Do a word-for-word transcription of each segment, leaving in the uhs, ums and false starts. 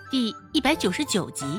第一百九十九集。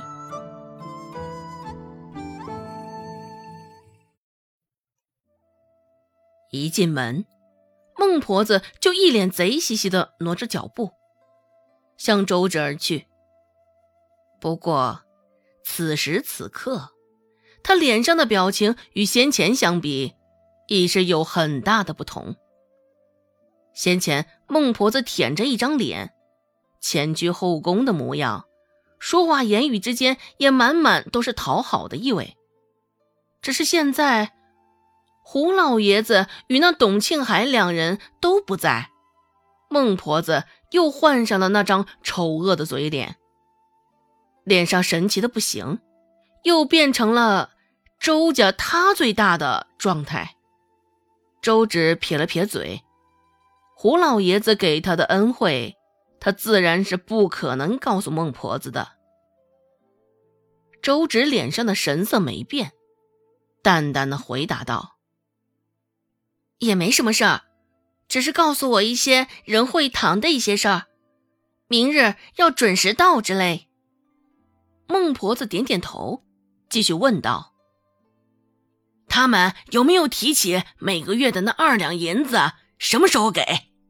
一进门，孟婆子就一脸贼兮兮地挪着脚步，向周芷而去。不过，此时此刻，她脸上的表情与先前相比，已是有很大的不同。先前孟婆子舔着一张脸，前居后恭的模样，说话言语之间也满满都是讨好的意味。只是现在，胡老爷子与那董庆海两人都不在，孟婆子又换上了那张丑恶的嘴脸，脸上神奇的不行，又变成了周家他最大的状态。周芷撇了撇嘴，胡老爷子给他的恩惠，他自然是不可能告诉孟婆子的。周芷脸上的神色没变，淡淡的回答道：也没什么事儿，只是告诉我一些仁惠堂的一些事儿，明日要准时到之类。孟婆子点点头，继续问道：他们有没有提起每个月的那二两银子什么时候给？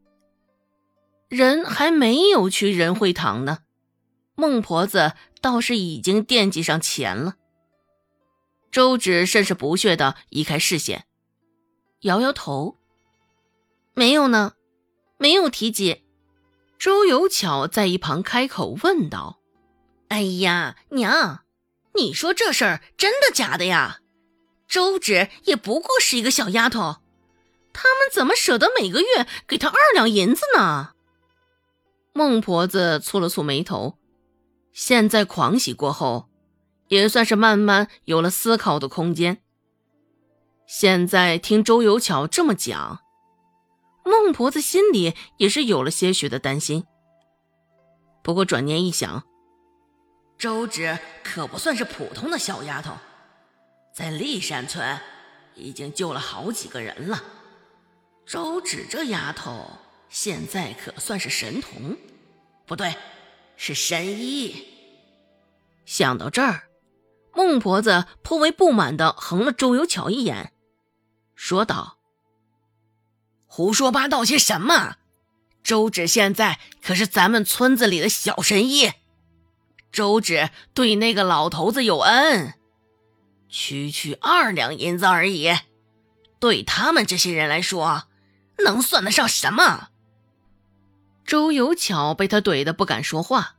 人还没有去仁惠堂呢，孟婆子倒是已经惦记上钱了。周芷甚是不屑地移开视线，摇摇头：没有呢，没有提及。周有巧在一旁开口问道：哎呀，娘，你说这事儿真的假的呀？周芷也不过是一个小丫头，他们怎么舍得每个月给她二两银子呢？孟婆子蹙了蹙眉头，现在狂喜过后，也算是慢慢有了思考的空间。现在听周有巧这么讲，孟婆子心里也是有了些许的担心。不过转念一想，周芷可不算是普通的小丫头，在骊山村已经救了好几个人了。周芷这丫头现在可算是神童，不对，是神医。想到这儿，孟婆子颇为不满地横了周有巧一眼，说道：胡说八道些什么？周芷现在可是咱们村子里的小神医，周芷对那个老头子有恩，区区二两银子而已，对他们这些人来说能算得上什么？周有巧被他怼得不敢说话，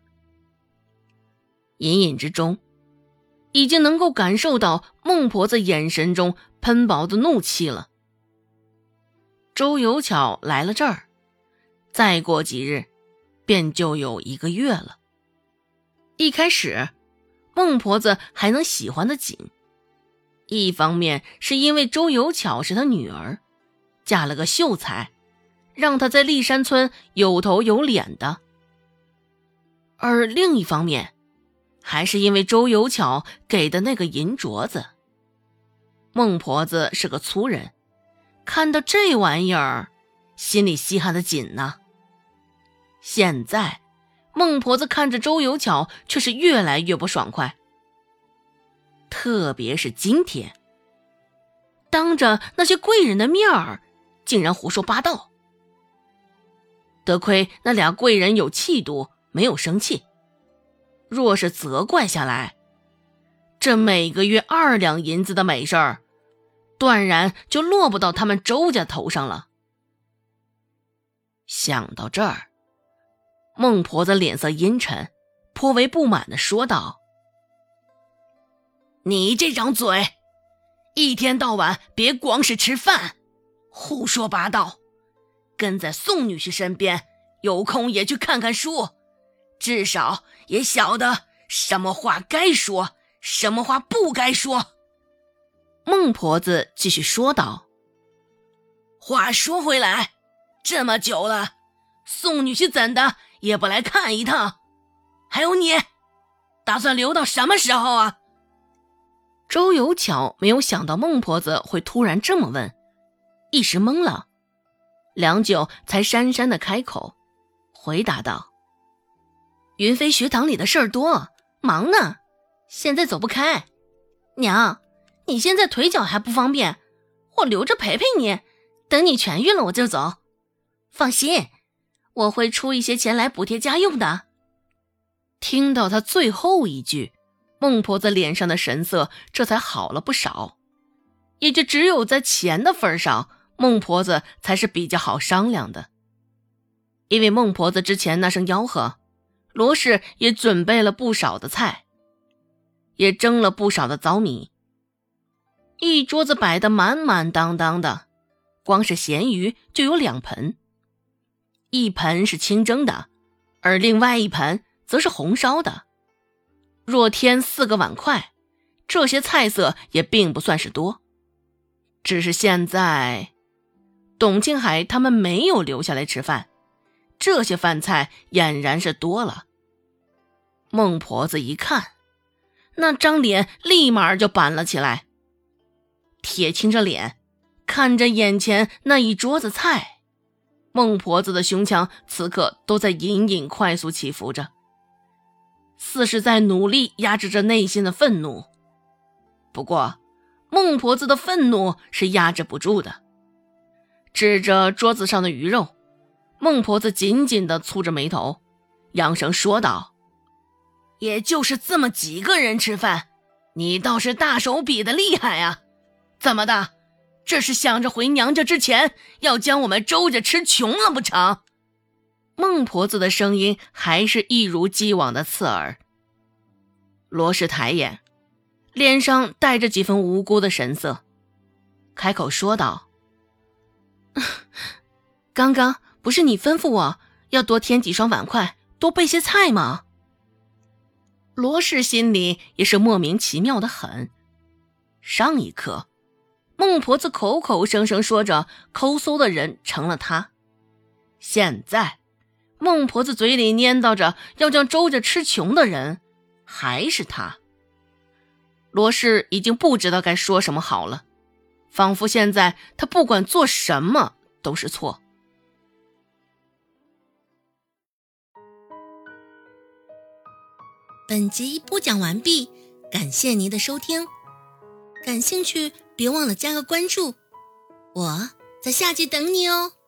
隐隐之中已经能够感受到孟婆子眼神中喷薄的怒气了。周有巧来了这儿，再过几日便就有一个月了。一开始孟婆子还能喜欢得紧，一方面是因为周有巧是她女儿，嫁了个秀才，让她在骊山村有头有脸的，而另一方面还是因为周有巧给的那个银镯子。孟婆子是个粗人，看到这玩意儿心里稀罕得紧呢。现在孟婆子看着周有巧却是越来越不爽快，特别是今天当着那些贵人的面儿竟然胡说八道。得亏那俩贵人有气度，没有生气，若是责怪下来，这每个月二两银子的美事儿断然就落不到他们周家头上了。想到这儿，孟婆子脸色阴沉，颇为不满地说道：你这张嘴，一天到晚别光是吃饭，胡说八道，跟在宋女婿身边，有空也去看看书，至少也晓得什么话该说，什么话不该说。孟婆子继续说道：话说回来，这么久了，宋女婿怎的也不来看一趟？还有你，打算留到什么时候啊？周有巧没有想到孟婆子会突然这么问，一时懵了，良久才姗姗地开口回答道： 云飞学堂里的事儿多，忙呢，现在走不开。娘，你现在腿脚还不方便，我留着陪陪你，等你痊愈了我就走。放心，我会出一些钱来补贴家用的。听到他最后一句，孟婆子脸上的神色这才好了不少，也就只有在钱的份上，孟婆子才是比较好商量的。因为孟婆子之前那声吆喝，罗氏也准备了不少的菜，也蒸了不少的糟米，一桌子摆得满满当当的，光是咸鱼就有两盆，一盆是清蒸的，而另外一盆则是红烧的。若添四个碗筷，这些菜色也并不算是多。只是现在董庆海他们没有留下来吃饭，这些饭菜俨然是多了。孟婆子一看，那张脸立马就板了起来，铁青着脸看着眼前那一桌子菜，孟婆子的胸腔此刻都在隐隐快速起伏着，似是在努力压制着内心的愤怒。不过孟婆子的愤怒是压制不住的，指着桌子上的鱼肉，孟婆子紧紧地蹙着眉头，扬声说道：也就是这么几个人吃饭，你倒是大手笔的厉害啊！怎么的，这是想着回娘家之前要将我们周家吃穷了不成？孟婆子的声音还是一如既往的刺耳。罗氏抬眼，脸上带着几分无辜的神色，开口说道：刚刚不是你吩咐我要多添几双碗筷，多备些菜吗？罗氏心里也是莫名其妙的很。上一刻孟婆子口口声声说着抠搜的人成了她，现在孟婆子嘴里念叨着要将周家吃穷的人还是她。罗氏已经不知道该说什么好了，仿佛现在他不管做什么都是错。 本集播讲完毕，感谢您的收听。感兴趣别忘了加个关注，我在下集等你哦。